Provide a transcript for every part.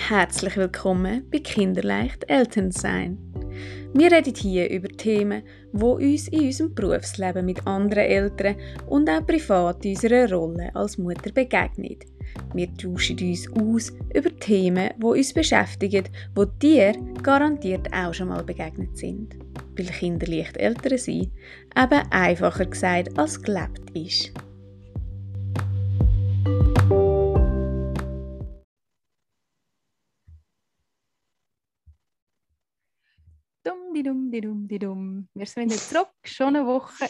Herzlich willkommen bei Kinderleicht Elternsein. Wir reden hier über Themen, die uns in unserem Berufsleben mit anderen Eltern und auch privat in unserer Rolle als Mutter begegnen. Wir tauschen uns aus über Themen, die uns beschäftigen, die dir garantiert auch schon mal begegnet sind. Weil kinderleicht Eltern sein eben einfacher gesagt als gelebt ist. Dumm. Wir sind wieder zurück, schon eine Woche.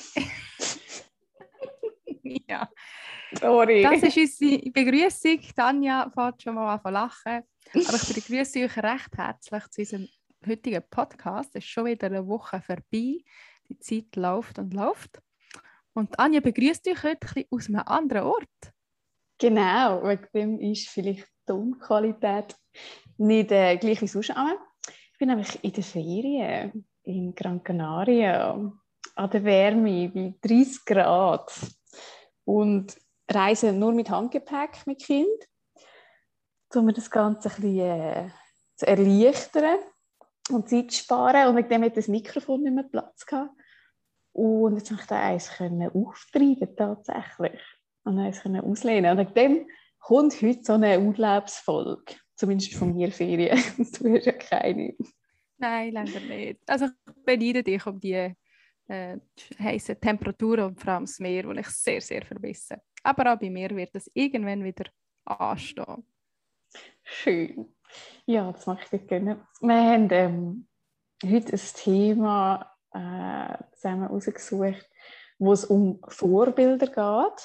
Ja. Sorry. Das ist unsere Begrüßung. Tanja fährt schon mal an zu lachen. Aber ich begrüße euch recht herzlich zu unserem heutigen Podcast. Es ist schon wieder eine Woche vorbei. Die Zeit läuft und läuft. Und Anja begrüßt euch heute ein bisschen aus einem anderen Ort. Genau, wegen dem ist vielleicht die Tonqualität nicht gleich wie sonst. Ich bin nämlich in der Ferien in Gran Canaria an der Wärme bei 30 Grad und reise nur mit Handgepäck mit Kind, um mir das Ganze ein bisschen zu erleichtern und Zeit zu sparen. Und wegen dem hat das Mikrofon nicht mehr Platz gehabt. Und jetzt konnte ich da eins auftreiben tatsächlich. Und eins auslehnen. Und wegen dem kommt heute so eine Urlaubsfolge. Zumindest von mir Ferien. Du hast ja keine. Nein, leider nicht. Also ich beneide dich um die heißen Temperaturen und vor allem das Meer, das ich sehr, sehr vermisse. Aber auch bei mir wird es irgendwann wieder anstehen. Schön. Ja, das mag ich dir gerne. Wir haben heute ein Thema zusammen herausgesucht, wo es um Vorbilder geht,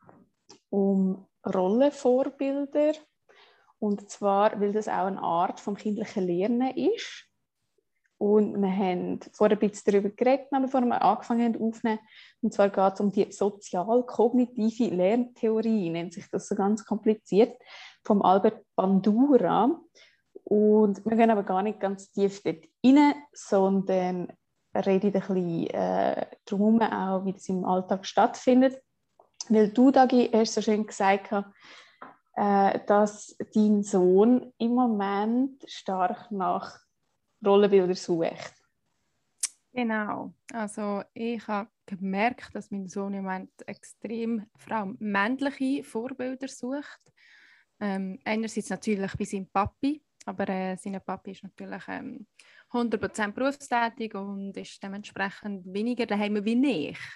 um Rollenvorbilder. Und zwar, weil das auch eine Art vom kindlichen Lernen ist. Und wir haben vorher ein bisschen darüber geredet, bevor wir angefangen haben aufzunehmen. Und zwar geht es um die sozial-kognitive Lerntheorie, nennt sich das so ganz kompliziert, vom Albert Bandura. Und wir gehen aber gar nicht ganz tief dort rein, sondern reden ein bisschen darum, auch, wie das im Alltag stattfindet. Weil du, Dagi, hast so schön gesagt, dass dein Sohn im Moment stark nach Rollenbilder sucht. Genau. Also ich habe gemerkt, dass mein Sohn im Moment extrem vor allem männliche Vorbilder sucht. Einerseits natürlich bei seinem Papi, aber sein Papi ist natürlich 100% berufstätig und ist dementsprechend weniger daheim wie ich.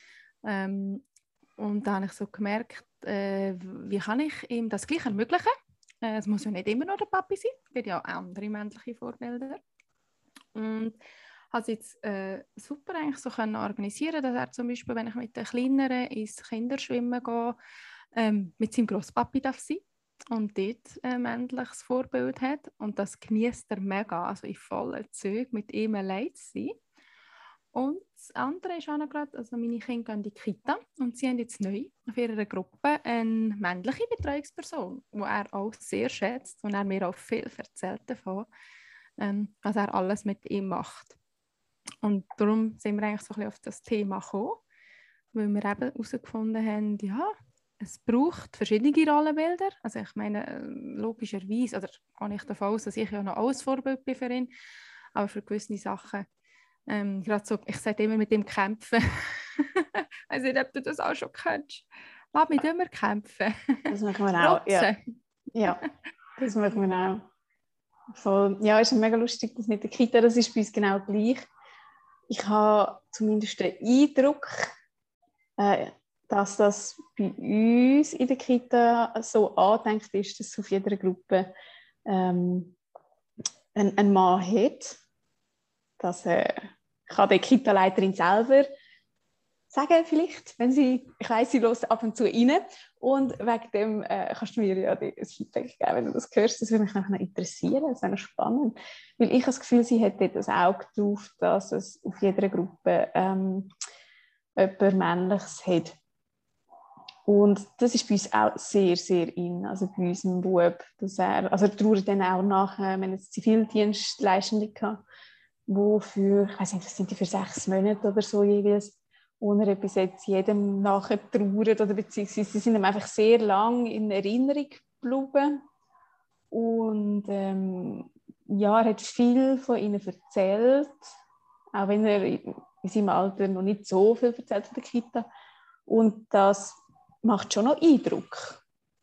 Und da habe ich so gemerkt, wie kann ich ihm das gleich ermöglichen? Es muss ja nicht immer nur der Papi sein, es gibt ja auch andere männliche Vorbilder. Und habe es jetzt super eigentlich so können organisieren, dass er zum Beispiel, wenn ich mit den Kleineren ins Kinderschwimmen gehe, mit seinem Grosspapi darf sein und dort ein männliches Vorbild hat. Und das genießt er mega, also in vollen Zügen mit ihm allein zu sein. Und das andere ist auch noch gerade, also meine Kinder gehen in die Kita und sie haben jetzt neu auf ihrer Gruppe eine männliche Betreuungsperson, die er auch sehr schätzt und er mir auch viel erzählt davon, was er alles mit ihm macht. Und darum sind wir eigentlich so ein bisschen auf das Thema gekommen, weil wir eben herausgefunden haben, ja, es braucht verschiedene Rollenbilder. Also ich meine, logischerweise, oder gehe ich davon aus, dass ich ja noch alles Vorbild bin für ihn, aber für gewisse Sachen, gerade so, ich sage immer mit ihm kämpfen. Ich weiß nicht, ob du das auch schon kennst. Lass mich immer kämpfen. Das machen wir auch. Ja, das machen wir auch. Voll. Ja, ist mega lustig, das mit der Kita, das ist bei uns genau gleich. Ich habe zumindest den Eindruck, dass das bei uns in der Kita so angedenkt ist, dass es auf jeder Gruppe einen Mann hat. Das kann die Kita-Leiterin selber sagen vielleicht, wenn sie, ich weiss, sie hört ab und zu rein. Und wegen dem kannst du mir ja ein Feedback geben, wenn du das hörst. Das würde mich noch interessieren, das wäre noch spannend. Weil ich habe das Gefühl, sie hat dort das Auge drauf, dass es auf jeder Gruppe jemand Männliches hat. Und das ist bei uns auch sehr, sehr in, also bei unserem Bub, dass er trauert dann auch nach, wir haben jetzt Zivildienstleistende gehabt, wo für, ich weiß nicht, was sind die für 6 Monate oder so jeweils, ohne er bis jetzt jedem nachher trauert oder beziehungsweise sie sind ihm einfach sehr lang in Erinnerung geblieben. Und ja, er hat viel von ihnen erzählt, auch wenn er in seinem Alter noch nicht so viel erzählt von der Kita. Und das macht schon noch Eindruck.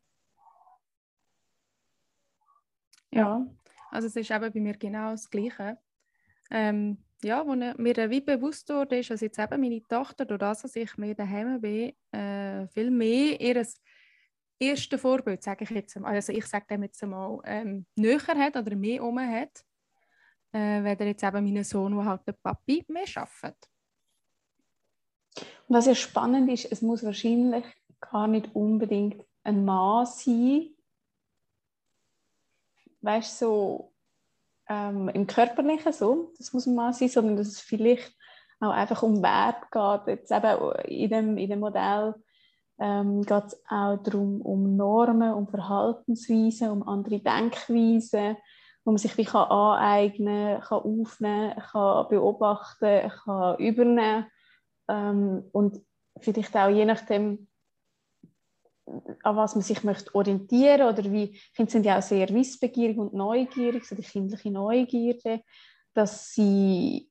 Ja, also es ist eben bei mir genau das Gleiche. Ja, wo mir wie bewusst wurde, ist, dass jetzt eben meine Tochter, durch das, dass ich mehr daheim bin, viel mehr ihr erste Vorbild, sage ich jetzt mal, also ich sage dem jetzt mal, näher hat oder mehr herum hat, weder jetzt eben mein Sohn, der halt der Papi mehr arbeitet. Was ja spannend ist, es muss wahrscheinlich gar nicht unbedingt ein Mann sein, weißt du, so im Körperlichen so, das muss ein Mann sein, sondern dass es vielleicht auch einfach um Wert geht. Jetzt eben in dem Modell geht es auch darum, um Normen, um Verhaltensweisen, um andere Denkweisen, wo man sich wie kann aneignen kann, aufnehmen kann, beobachten kann, übernehmen. Und vielleicht auch je nachdem, an was man sich möchte orientieren oder wie, Kinder sind ja auch sehr wissbegierig und neugierig, so die kindliche Neugierde, dass sie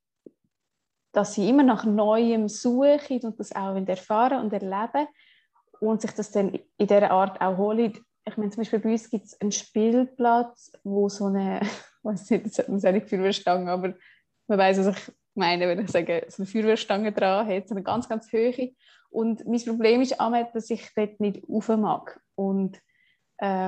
immer nach Neuem suchen und das auch erfahren und erleben und sich das dann in dieser Art auch holen. Ich meine, zum Beispiel bei uns gibt es einen Spielplatz, wo so eine, ich weiß nicht, das hat man nicht Feuerwehrstange, aber man weiß, was ich meine, wenn ich sage, so eine Feuerwehrstange dran hat, so eine ganz, ganz hohe. Und mein Problem ist, dass ich dort nicht rauf mag. Und er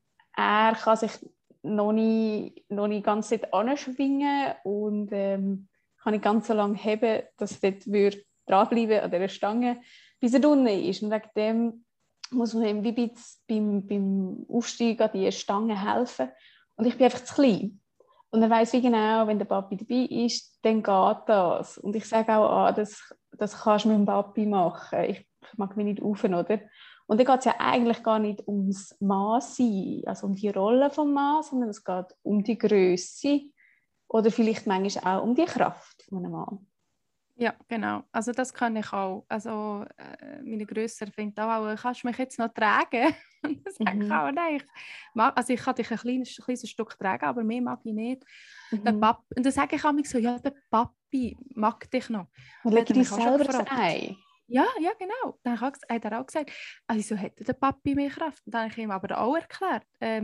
kann sich noch nicht ganz dort anschwingen und kann nicht ganz so lange heben, dass er dort dranbleiben an dieser Stange, bis er unten ist. Und wegen dem muss man ihm wie beim Aufstieg an diese Stange helfen. Und ich bin einfach zu klein. Und er weiss wie genau, wenn der Papi dabei ist, dann geht das. Und ich sage auch, das kannst du mit dem Papi machen. Ich mag mich nicht rauf, oder? Und dann geht es ja eigentlich gar nicht ums Mann-Sein, also um die Rolle des Mannes, sondern es geht um die Grösse oder vielleicht manchmal auch um die Kraft von einem Mann. Ja, genau. Also das kann ich auch. Also meine Grösser findet auch, kannst du mich jetzt noch tragen? Und dann sage ich auch, nein, ich kann dich ein kleines Stück tragen, aber mehr mag ich nicht. Der Papi, und dann sage ich auch so, ja, der Papi mag dich noch. Und lege dich selber das Ei. Ja, genau. Dann hat er auch gesagt, also hätte der Papi mehr Kraft. Und dann habe ich ihm aber auch erklärt,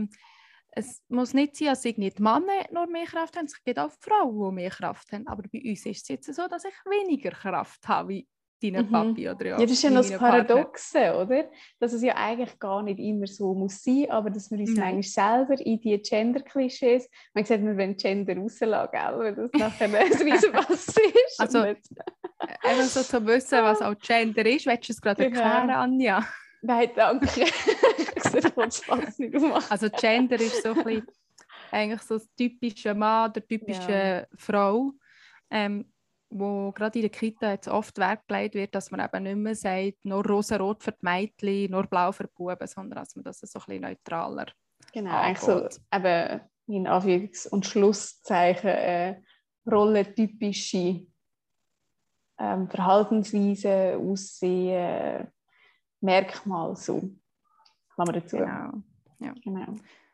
es muss nicht sein, dass die Männer nur mehr Kraft haben, es gibt auch Frauen, die mehr Kraft haben. Aber bei uns ist es jetzt so, dass ich weniger Kraft habe wie dein Papi. Oder ja, das ist ja noch das Paradoxe, oder? Dass es ja eigentlich gar nicht immer so muss sein, aber dass wir uns manchmal selber in die Gender-Klischees, man sagt, wir wollen Gender rauslassen, weil das nachher ein Riesenpass ist. Also, einfach so zu wissen, was auch Gender ist, willst du es gerade erklären, Anja? Nein, danke. Ich wollte es fast nicht aufmachen. Also Gender ist so ein bisschen, eigentlich so das typische Mann, der typische Frau, wo gerade in der Kita jetzt oft Wert gelegt wird, dass man eben nicht mehr sagt, nur rosa-rot für die Mädchen, nur blau für die Buben, sondern dass man das so ein bisschen neutraler genau, eigentlich so eben in Anführungs- und Schlusszeichen rollentypische Verhaltensweisen, Aussehen, Merkmal so. Kann man dazu. Genau.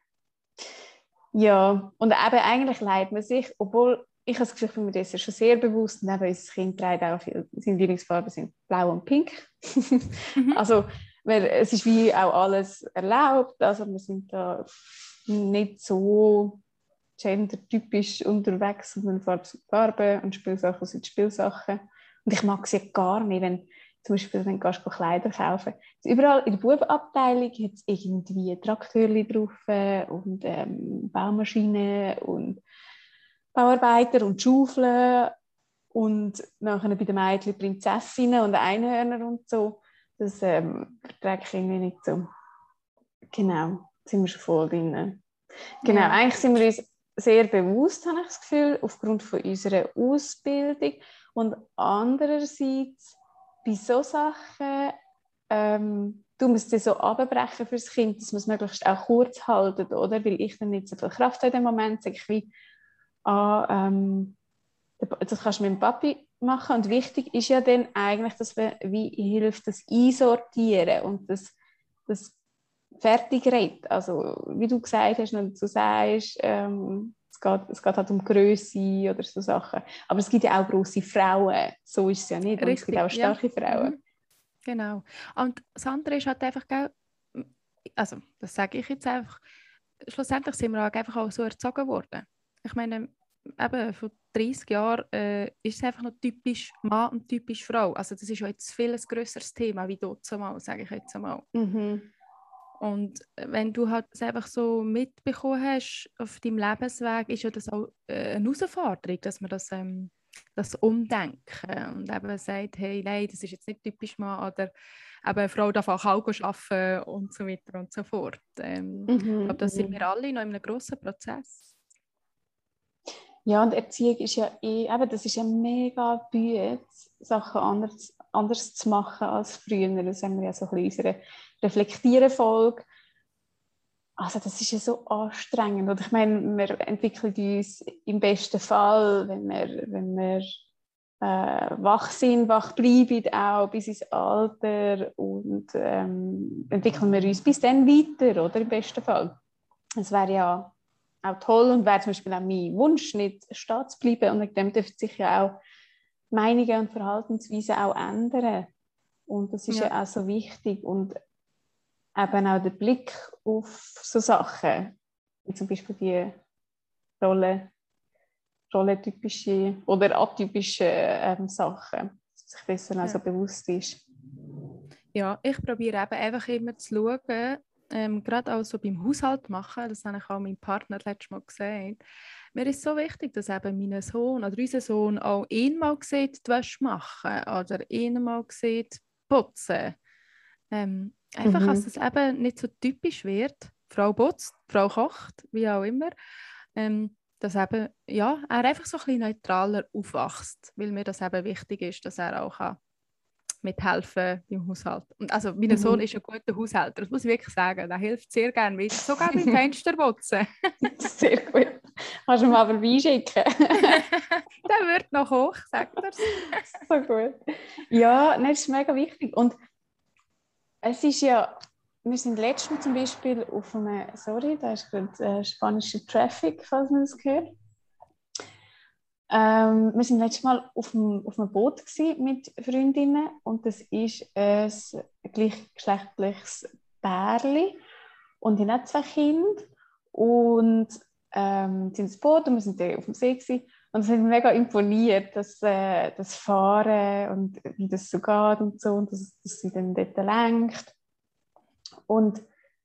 Ja, und eben eigentlich leidet man sich, obwohl ich habe das Gefühl, ich bin mir dessen schon sehr bewusst, und eben unser Kind trägt auch viel, seine Lieblingsfarben sind blau und pink. Also es ist wie auch alles erlaubt, also wir sind da nicht so gendertypisch unterwegs, sondern Farben und Spielsachen sind Spielsachen. Und ich mag sie gar nicht, wenn zum Beispiel, wenn du Kleider kaufen kannst. Überall in der Bubenabteilung hat es irgendwie Traktörchen drauf und Baumaschinen und Bauarbeiter und Schaufeln und nachher bei den Mädchen Prinzessinnen und Einhörner und so. Das vertrage ich irgendwie nicht so. Genau, sind wir schon voll drin. Genau, eigentlich sind wir uns sehr bewusst, habe ich das Gefühl, aufgrund von unserer Ausbildung. Und andererseits, bei solchen Sachen, du musst es so abbrechen für das Kind, dass man es möglichst auch kurz halten, oder? Weil ich dann nicht so viel Kraft habe in dem Moment, sage ich wie, das kannst du mit dem Papi machen. Und wichtig ist ja dann eigentlich, dass man wie hilft, das einsortieren und das fertig redet. Also, wie du gesagt hast, wenn du sagst, es geht halt um Grösse oder so Sachen. Aber es gibt ja auch grosse Frauen. So ist es ja nicht. Und es gibt auch starke Frauen. Mhm. Genau. Und das andere ist halt einfach, also das sage ich jetzt einfach, schlussendlich sind wir einfach auch so erzogen worden. Ich meine, eben vor 30 Jahren ist es einfach noch typisch Mann und typisch Frau. Also das ist ja jetzt viel ein grösseres Thema wie dort zumal, sage ich jetzt einmal. Mhm. Und wenn du halt es einfach so mitbekommen hast auf deinem Lebensweg, ist ja das auch eine Herausforderung, dass man das umdenken und eben sagt, hey, nein, das ist jetzt nicht typisch Mann oder eben eine Frau darf auch arbeiten und so weiter und so fort. Ich glaube, das sind wir alle noch in einem grossen Prozess. Ja, und Erziehung ist ja eben, das ist ja mega Mühe, Sachen anders zu machen als früher. Das haben wir ja so ein bisschen in unserer Reflektieren-Folge. Also das ist ja so anstrengend. Und ich meine, wir entwickeln uns im besten Fall, wenn wir wach sind, wach bleiben, auch bis ins Alter und entwickeln wir uns bis dann weiter, oder? Im besten Fall. Es wäre ja auch toll und wäre zum Beispiel auch mein Wunsch, nicht stehen zu bleiben. Und dem dürfen sich ja auch Meinungen und Verhaltensweisen auch ändern. Und das ist ja auch so wichtig. Und eben auch der Blick auf so Sachen, wie zum Beispiel die rollentypische oder atypische Sachen, dass sich dessen also bewusst ist. Ja, ich probiere eben einfach immer zu schauen, gerade auch so beim Haushalt machen, das habe ich auch meinem Partner letztes Mal gesagt. Mir ist so wichtig, dass eben mein Sohn oder unser Sohn auch einmal sieht, die Wäsche machen oder einmal sieht, putzen. Einfach, dass es eben nicht so typisch wird. Die Frau putzt, die Frau kocht, wie auch immer. Dass eben, ja, er einfach so ein bisschen neutraler aufwächst, weil mir das eben wichtig ist, dass er auch mithelfen beim Haushalt. Und also mein Sohn ist ein guter Haushälter, das muss ich wirklich sagen. Er hilft sehr gerne mit, sogar beim Fensterputzen. Sehr gut. Kannst du mal vorbeischicken? Der wird noch hoch, sagt er. So gut. Ja, das ist mega wichtig. Und es ist ja, wir sind letztens zum Beispiel auf einem, sorry, da ist gerade spanischer Traffic, falls man das hört. Wir sind letztes Mal auf einem Boot mit Freundinnen und das ist ein gleichgeschlechtliches Pärchen und die haben 2 Kinder und sind ins Boot und wir sind auf dem See gewesen. Und es hat mich mega imponiert, das Fahren und wie das so geht und so und dass sie dann dort lenkt. Und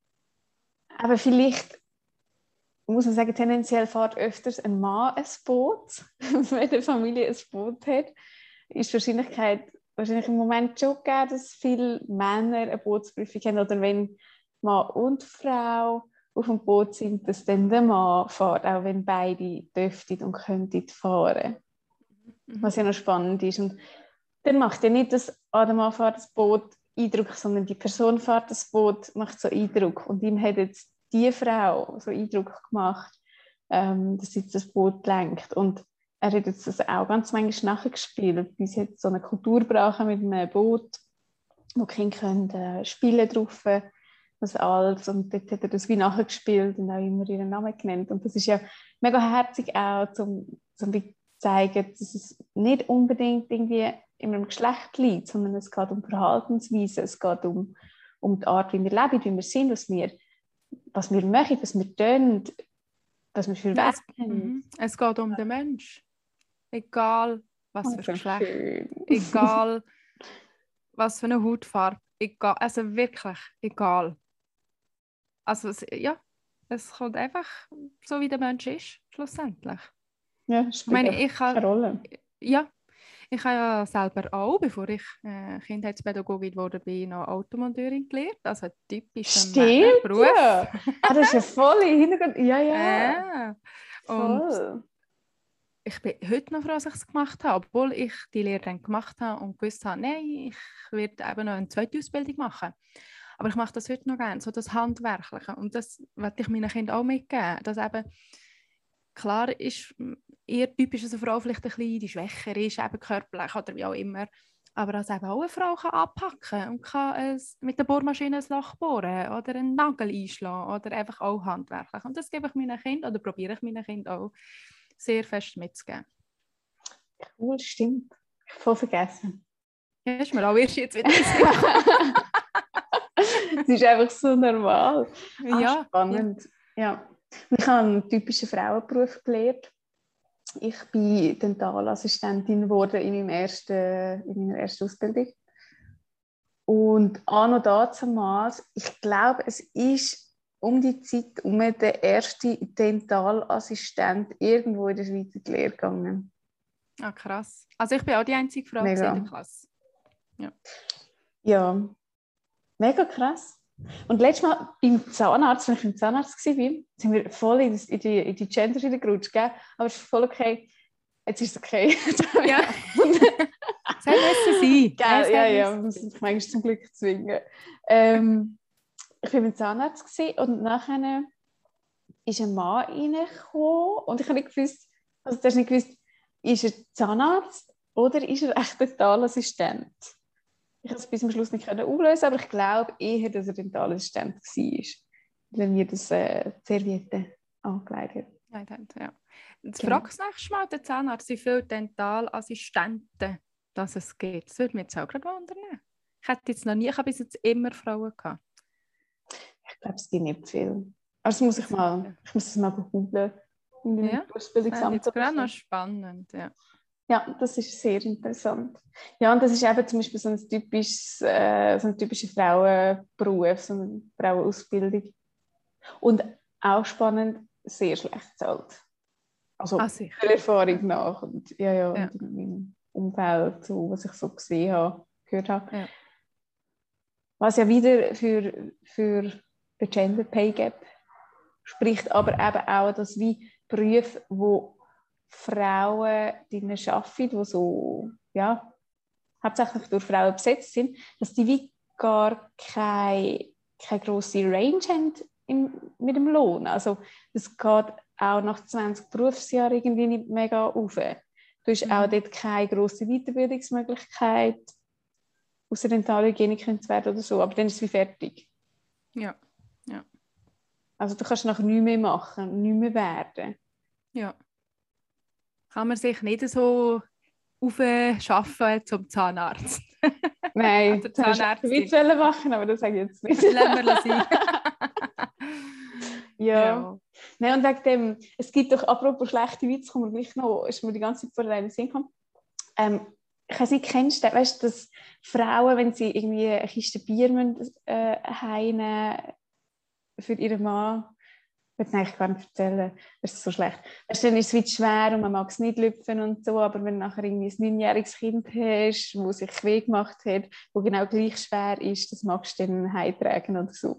aber vielleicht muss man sagen, tendenziell fährt öfters ein Mann ein Boot, wenn eine Familie ein Boot hat. Ist die Wahrscheinlichkeit wahrscheinlich im Moment schon gegeben, dass viele Männer eine Bootsprüfung haben oder wenn Mann und Frau auf dem Boot sind, dass dann der Mann fährt, auch wenn beide dürften und könnten fahren. Was ja noch spannend ist. Und dann macht ja nicht der Mann fährt das Boot Eindruck, sondern die Person fährt das Boot, macht so Eindruck. Und ihm hat jetzt die Frau so Eindruck gemacht, dass sie das Boot lenkt. Und er hat jetzt das auch ganz manchmal nachgespielt. Bis jetzt so eine Kulturbrache mit einem Boot, wo die Kinder können, spielen drauf, das alles. Und dort hat er das wie nachgespielt und auch immer ihren Namen genannt. Und das ist ja mega herzig auch, um zu zeigen, dass es nicht unbedingt irgendwie in einem Geschlecht liegt, sondern es geht um Verhaltensweisen, es geht um die Art, wie wir leben, wie wir sind, was wir machen, was wir tun, was wir für Werte haben. Es geht um den Mensch. Egal, was für Geschlecht. Egal, was für eine Hautfarbe. Egal, also wirklich egal. Also es kommt einfach so, wie der Mensch ist, schlussendlich. Ja, spielt keine Rolle. Ja, ich habe ja selber auch, bevor ich Kindheitspädagogin geworden bin, noch Automonteurin gelernt. Also typisch ein Männerberuf. Ja. Das ist ja voll im Hintergrund. Ja. Und ich bin heute noch froh, dass ich es gemacht habe, obwohl ich die Lehre dann gemacht habe und gewusst habe, nein, ich werde eben noch eine zweite Ausbildung machen. Aber ich mache das heute noch gerne, so das Handwerkliche. Und das werde ich meinen Kindern auch mitgeben, dass eben klar ist, eher typisch, dass eine Frau vielleicht ein bisschen die schwächer ist, eben körperlich oder wie auch immer. aber dass eben auch eine Frau kann anpacken und kann mit der Bohrmaschine ein Loch bohren oder einen Nagel einschlagen oder einfach auch handwerklich. Und das gebe ich meinen Kindern oder probiere ich meinen Kindern auch sehr fest mitzugeben. Cool, stimmt. Ich habe voll vergessen. Ja, ist mir auch erst jetzt wieder Es ist einfach so normal. Ja, spannend. Ja. Ich habe einen typischen Frauenberuf gelernt. Ich bin Dentalassistentin geworden in meiner ersten Ausbildung. Und noch damals, ich glaube, es ist um die Zeit der erste Dentalassistent irgendwo in der Schweiz in die Lehre gegangen. Ah, krass. Also ich bin auch die einzige Frau in der Klasse. Ja, mega krass. Und letztes Mal beim Zahnarzt, als ich beim Zahnarzt war, sind wir voll in die Gender gerutscht, gell? Aber es ist voll okay. Jetzt ist es okay. Ja. Das müssen sein. Ja, man muss sich manchmal zum Glück zwingen. Ich war beim Zahnarzt und nachher ist ein Mann reingekommen und ich habe nicht gewusst, ist er Zahnarzt oder ist er echt Dentalassistent? Ich konnte es bis zum Schluss nicht auflösen, aber ich glaube eher, dass er Dentalassistent war, wenn mir das Serviette angelegt hat. Ja. Jetzt fragst du nächstes Mal den Zahnarzt, wie viele Dentalassistenten es gibt. Das würde mich jetzt auch gerade wundern. Ich habe bis jetzt immer Frauen gehabt. Ich glaube, es gibt nicht viel. Aber ich muss es mal googeln. Ja, das ist gerade noch spannend, ja. Ja, das ist sehr interessant. Ja, und das ist eben zum Beispiel so ein typischer Frauenberuf, so eine Frauenausbildung. Und auch spannend, sehr schlecht bezahlt. Also der Erfahrung nach. Und, und in meinem Umfeld, so, was ich so gesehen habe, gehört habe. Ja. Was ja wieder für den Gender Pay Gap spricht, aber eben auch, dass wie Berufe, wo Frauen drinnen arbeiten, die so, hauptsächlich durch Frauen besetzt sind, dass die wie gar keine grosse Range haben mit dem Lohn. Also das geht auch nach 20 Berufsjahren irgendwie nicht mega rauf. Du hast auch dort keine grosse Weiterbildungsmöglichkeit, außer Dentalhygienikerin zu werden oder so, aber dann ist es wie fertig. Ja. Also du kannst nachher nichts mehr machen, nichts mehr werden. Ja. Kann man sich nicht so aufschaffen zum Zahnarzt? Nein, das Zahnärztin. Ich wollte machen, aber das sage ich jetzt nicht. Lassen wir sein. Ja. Nein, und wegen dem, es gibt doch, apropos schlechte Witze, kommen wir gleich noch, ist mir die ganze Zeit vor den Sinn gekommen. Ich weiß nicht, kennst du, weißt, dass Frauen, wenn sie irgendwie eine Kiste Bier heimnehmen für ihren Mann, ich will es eigentlich gar nicht erzählen, das ist so schlecht. Weißt, dann ist es wie schwer und man mag es nicht lüpfen und so, aber wenn du nachher irgendwie ein 9-jähriges Kind hast, das sich weh gemacht hat, das genau gleich schwer ist, das magst du dann heimtragen oder so.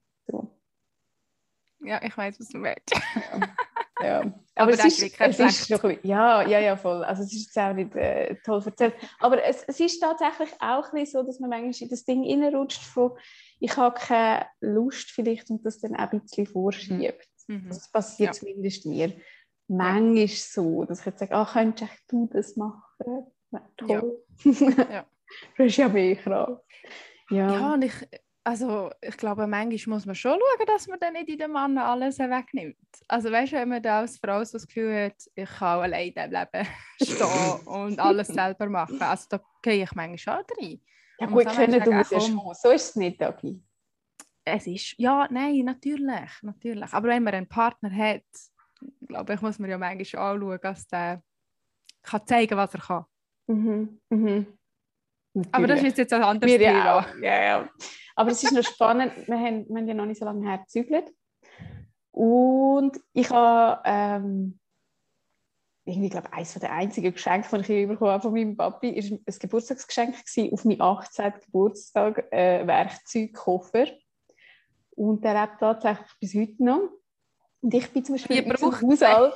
Ja, ich weiß, was du meinst. Ja. Aber es ist noch, ja, voll. Also es ist jetzt auch nicht toll erzählt. Aber es ist tatsächlich auch ein bisschen so, dass man manchmal in das Ding reinrutscht von ich habe keine Lust vielleicht und das dann auch ein bisschen vorschiebt. Das passiert zumindest mir. Manchmal so, dass ich jetzt sage, könntest du das machen? Toll. Ja. Du hast ja mehr Kraft. Ja, und ich glaube, manchmal muss man schon schauen, dass man dann nicht in den Mann alles wegnimmt. Also weißt du, wenn man da als Frau so das Gefühl hat, ich kann alleine im Leben stehen und alles selber machen, also da gehe ich manchmal auch rein. Ja gut, können du es ja schon. So ist es nicht, Dagi. Es ist, ja, nein, natürlich. Aber wenn man einen Partner hat, glaube ich, muss man ja manchmal anschauen, dass der kann zeigen, was er kann. Aber das ist jetzt ein anderes Thema. Ja. Aber es ist noch spannend, wir haben ja noch nicht so lange her gezügelt. Und ich habe, ich glaube, eines der einzigen Geschenke, die ich bekommen habe von meinem Papi, war ein Geburtstagsgeschenk auf meinen 18. Geburtstag, Werkzeugkoffer. Und der lebt tatsächlich bis heute noch. Und ich bin zum Beispiel in unserem Haushalt...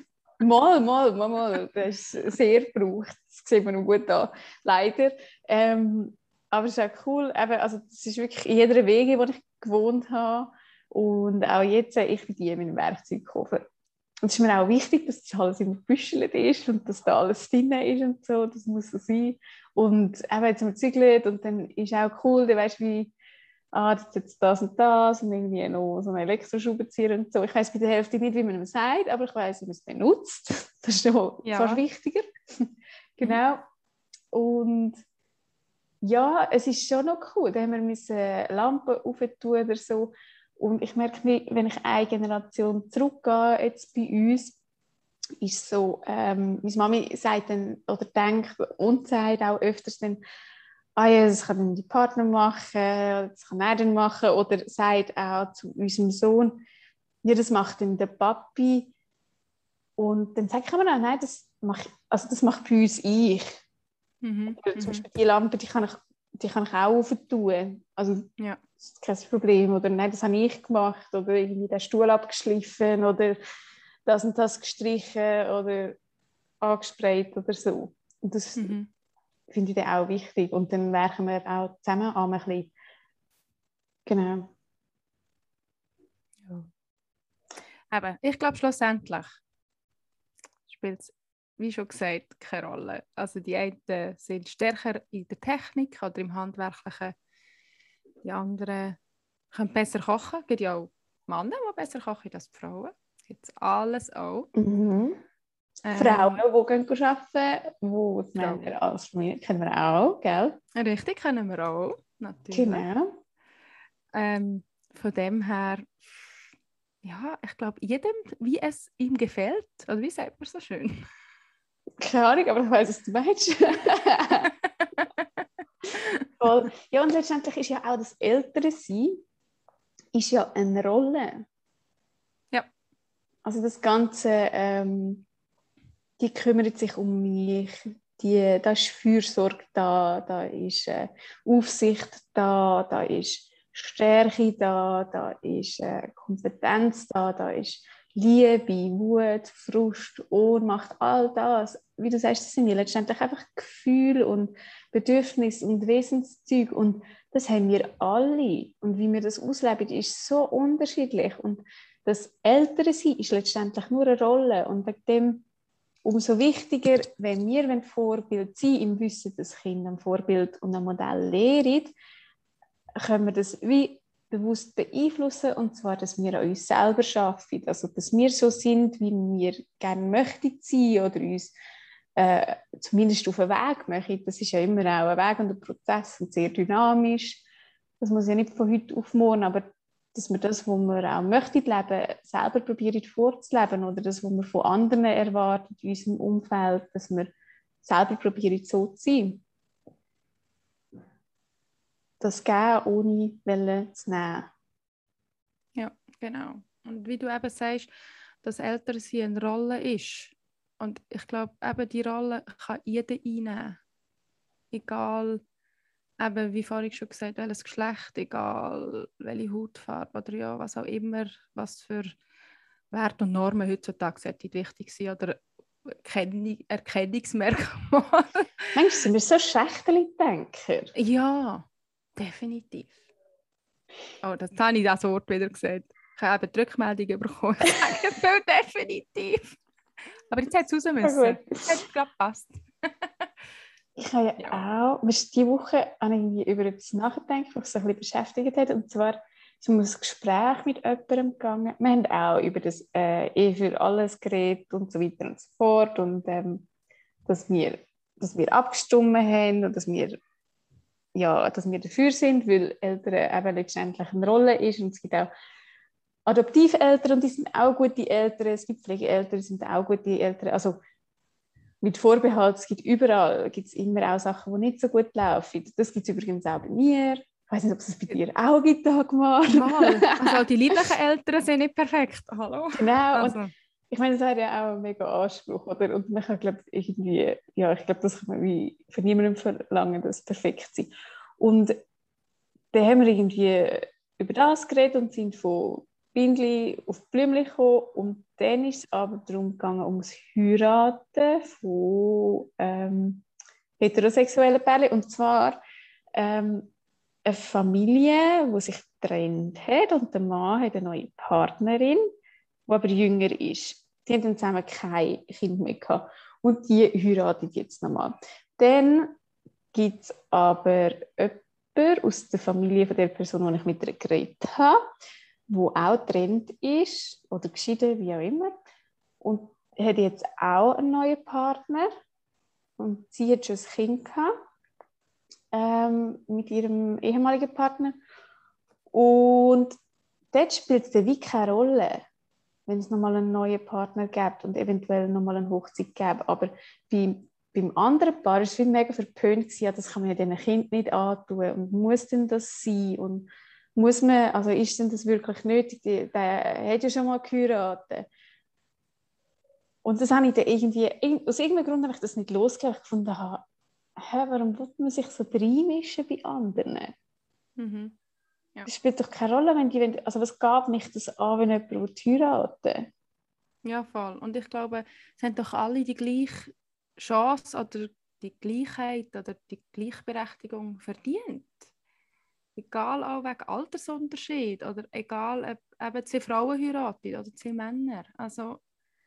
Mal. Das ist sehr gebraucht. Das sieht man noch gut an. Leider. Aber es ist auch cool. Also, das ist wirklich in jeder Wege, wo ich gewohnt habe. Und auch jetzt, ich bediene meinen Werkzeugkoffer. Und es ist mir auch wichtig, dass das alles immer gebüschelt ist und dass da alles drin ist und so. Das muss so sein. Und auch wenn wir zügeln und dann ist auch cool, dann weisst du, wie, das ist jetzt das und das und irgendwie noch so einen Elektroschraubenzieher und so. Ich weiss bei der Hälfte nicht, wie man es sagt, aber ich weiss, wie man es benutzt. Das ist noch fast wichtiger. Genau. Und ja, es ist schon noch cool. Da haben wir Lampen aufentun oder so. Und ich merke, wenn ich eine Generation zurückgehe, jetzt bei uns, ist so, meine Mami sagt dann, oder denkt und sagt auch öfters dann, ja, das kann dann die Partner machen, das kann er dann machen, oder sagt auch zu unserem Sohn, ja, das macht dann der Papi. Und dann sagt man auch, nein, das macht bei uns ich. Zum Beispiel die Lampe, die kann ich auch aufentun. Also, das ist kein Problem. Oder nein, das habe ich gemacht. Oder irgendwie den Stuhl abgeschliffen. Oder das und das gestrichen. Oder angesprayt oder so. Und das finde ich dann auch wichtig. Und dann werken wir auch zusammen an ein bisschen. Genau. Ja. Aber ich glaube, schlussendlich spielt es, wie schon gesagt, keine Rolle. Also die einen sind stärker in der Technik oder im Handwerklichen. Die anderen können besser kochen. Es gibt ja auch Männer, die besser kochen als die Frauen. Das gibt es alles auch. Frauen, die gehen arbeiten, die Männer als Familie kennen wir auch, gell? Richtig, kennen wir auch, natürlich. Genau. Von dem her, ja, ich glaube, jedem, wie es ihm gefällt. Oder wie sagt man so schön? Keine Ahnung, aber ich weiss, was du meinst. Voll. Ja, und letztendlich ist ja auch das Ältere sein ist ja eine Rolle. Ja. Also das Ganze, die kümmert sich um mich, da ist Fürsorge da ist Aufsicht da ist Stärke da ist Kompetenz da ist Liebe, Wut, Frust, Ohnmacht, all das. Wie du sagst, das sind ja letztendlich einfach Gefühle und Bedürfnisse und Wesenszüge und das haben wir alle. Und wie wir das ausleben, ist so unterschiedlich. Und das Ältere Sein ist letztendlich nur eine Rolle. Und wegen dem umso wichtiger, wenn wir ein Vorbild sein im Wissen, dass Kinder ein Vorbild und ein Modell lehren, können wir das wie bewusst beeinflussen, und zwar, dass wir an uns selber arbeiten, also dass wir so sind, wie wir gerne möchten sein oder uns zumindest auf den Weg machen. Das ist ja immer auch ein Weg und ein Prozess und sehr dynamisch. Das muss ja nicht von heute auf morgen, aber dass wir das, was wir auch möchten leben, selber probieren vorzuleben oder das, was wir von anderen erwarten in unserem Umfeld, dass wir selber probieren so zu sein. Das Geben ohne Welle zu nehmen. Ja, genau. Und wie du eben sagst, dass Elternsein eine Rolle ist. Und ich glaube, eben die Rolle kann jeder einnehmen. Egal, eben, wie vorhin schon gesagt, welches Geschlecht, egal welche Hautfarbe oder ja, was auch immer, was für Werte und Normen heutzutage wichtig sind oder Erkennungsmerkmale. Manchmal sind wir so Schächteli-Denker. Ja, definitiv. Oh, das habe ich das Wort wieder gesagt. Ich habe eben die Rückmeldung bekommen. Ich sage viel definitiv. Aber jetzt hätte es raus müssen. Jetzt hätte es gerade gepasst. Ich habe auch, diese Woche irgendwie über etwas nachgedacht, was mich so ein bisschen beschäftigt hat. Und zwar ist um ein Gespräch mit jemandem gegangen. Wir haben auch über das Ehe für alles geredet und so weiter und so fort. Und dass wir abgestimmt haben und dass wir dafür sind, weil Eltern eben letztendlich eine Rolle ist. Und es gibt auch Adoptiveltern und die sind auch gute Eltern. Es gibt Pflegeeltern, die sind auch gute Eltern. Also mit Vorbehalt, es gibt immer auch Sachen, die nicht so gut laufen. Das gibt es übrigens auch bei mir. Ich weiß nicht, ob es das bei dir auch gibt, Dagmar. Also die lieblichen Eltern sind nicht perfekt. Hallo? Genau. Also. Und ich meine, das hat ja auch einen mega Anspruch. Oder? Und man kann, glaube ich, das kann man wie von niemandem verlangen, das perfekt sein. Und dann haben wir irgendwie über das geredet und sind von Bindli auf Blümli gekommen. Und dann ist es aber darum gegangen, ums Heiraten von heterosexuellen Pärchen. Und zwar eine Familie, die sich getrennt hat und der Mann hat eine neue Partnerin, die aber jünger ist. Die haben dann zusammen kein Kind mehr gehabt. Und die heiratet jetzt nochmal. Dann gibt es aber jemanden aus der Familie von der Person, die ich mit ihr geredet habe, die auch getrennt ist oder geschieden, wie auch immer. Und hat jetzt auch einen neuen Partner. Und sie hat schon ein Kind gehabt, mit ihrem ehemaligen Partner. Und dort spielt es wie keine Rolle, wenn es nochmal einen neuen Partner gibt und eventuell nochmal eine Hochzeit gibt. Aber beim anderen Paar war es mega verpönt, ja, das kann man ja diesen Kind nicht antun. Und muss denn das sein? Und muss man, also ist denn das wirklich nötig? Der hat ja schon mal geheiratet. Und das habe ich dann irgendwie, aus irgendeinem Grund habe ich das nicht losgelassen. Ich gefunden, warum will man sich so reinmischen bei anderen? Mhm. Ja. Das spielt doch keine Rolle, also was geht mich das an, wenn jemand heiraten? Ja, voll. Und ich glaube, es haben doch alle die gleiche Chance oder die Gleichheit oder die Gleichberechtigung verdient. Egal auch wegen Altersunterschied oder egal, ob eben 2 Frauen heiraten oder 2 Männer. Also,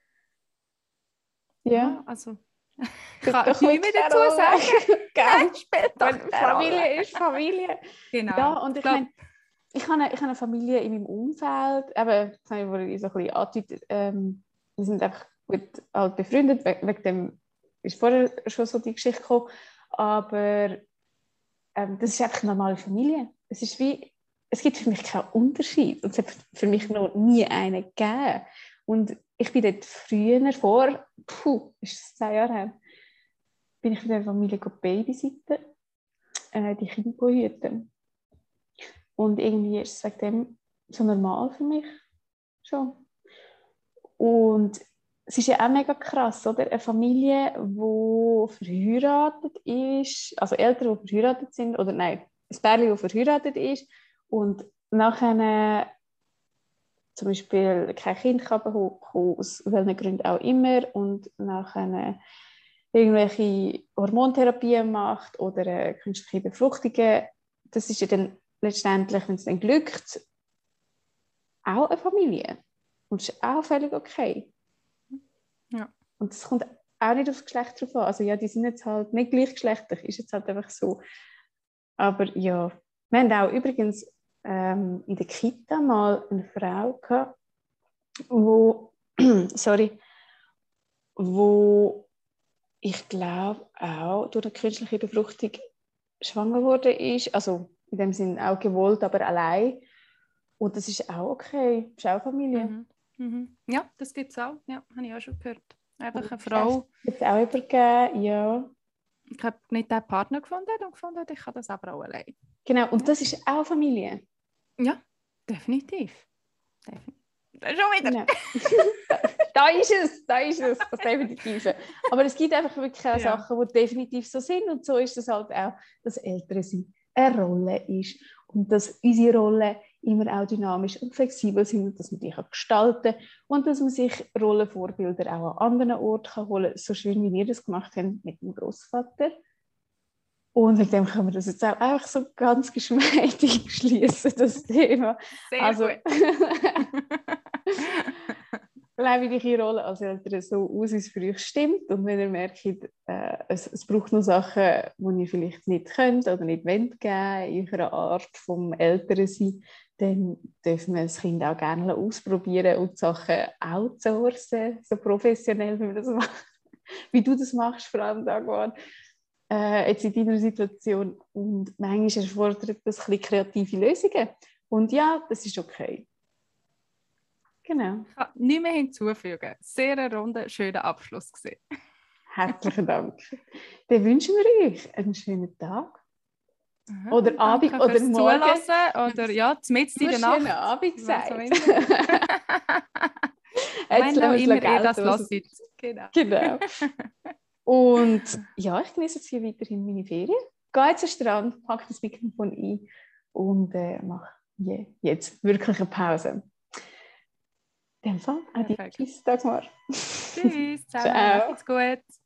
ja also ich kann nichts mehr dazu sagen. Spielt doch Familie ist Familie. Genau. Ja, und ich meine, ich habe eine Familie in meinem Umfeld, eben, das habe ich so ein bisschen angedeutet, wir sind einfach gut halt befreundet, wegen dem ist vorher schon so die Geschichte gekommen, aber das ist einfach eine normale Familie. Es gibt für mich keinen Unterschied und es hat für mich noch nie einen gegeben. Und ich bin dort früher, ist es 10 Jahre her, bin ich mit der Familie babysitten, die Kinder behüten. Und irgendwie ist es wegen dem so normal für mich schon. Und es ist ja auch mega krass, oder? Eine Familie, die verheiratet ist, also Eltern, die verheiratet sind, oder nein, ein Pärchen, das verheiratet ist und nachher zum Beispiel kein Kind kann bekommen, aus welchen Gründen auch immer, und nachher irgendwelche Hormontherapien macht oder künstliche Befruchtungen. Das ist ja dann letztendlich, wenn es dann glückt, auch eine Familie. Und das ist auch völlig okay. Ja. Und es kommt auch nicht aufs Geschlecht drauf an. Also ja, die sind jetzt halt nicht gleichgeschlechtlich, ist jetzt halt einfach so. Aber ja, wir haben auch übrigens in der Kita mal eine Frau gehabt, wo ich glaube auch durch eine künstliche Befruchtung schwanger wurde ist, also in dem Sinne auch gewollt, aber allein. Und das ist auch okay, das ist auch Familie. Mhm. Mhm. Ja, das gibt es auch, ja, habe ich auch schon gehört. Einfach eine Frau. Das hat es auch übergeben, ja. Ich habe nicht den Partner gefunden und gefunden, ich kann das aber auch allein. Genau, und das ist auch Familie. Ja, definitiv. Das ist schon wieder. Ja. Da ist es, das Definitive. Aber es gibt einfach wirklich auch Sachen, die definitiv so sind, und so ist es halt auch, dass Ältere sind eine Rolle ist und dass unsere Rollen immer auch dynamisch und flexibel sind und dass man die gestalten kann und dass man sich Rollenvorbilder auch an anderen Orten holen kann, so schön wie wir das gemacht haben mit dem Großvater. Und mit dem können wir das jetzt auch einfach so ganz geschmeidig schließen, das Thema. Sehr gut. Lebe ich Ihre Rolle als Eltern so aus, wie es für euch stimmt. Und wenn ihr merkt, es braucht noch Sachen, die ihr vielleicht nicht könnt oder nicht wollt geben in eurer Art vom Elternsein, dann dürfen wir das Kind auch gerne ausprobieren und die Sachen outsourcen, so professionell, wie, wie du das machst, vor allem Dagmar. Jetzt in deiner Situation. Und manchmal erfordert das ein bisschen kreative Lösungen. Und ja, das ist okay. Genau. Ich kann nichts mehr hinzufügen. Sehr ein runder, schöner Abschluss gewesen. Herzlichen Dank. Dann wünschen wir euch einen schönen Tag. Aha, oder Abend oder Morgen. Zulassen, oder ja, mitten in der Nacht. Schönen Abend gesagt. Wenn auch immer ihr das lasst. Genau. Und ja, ich genieße jetzt hier weiterhin meine Ferien. Gehe jetzt an den Strand, packe das Mikrofon ein und mache jetzt wirklich eine Pause. In dem Fall, adieu, tschüss, Dagmar. Tschüss, zusammen, macht's gut.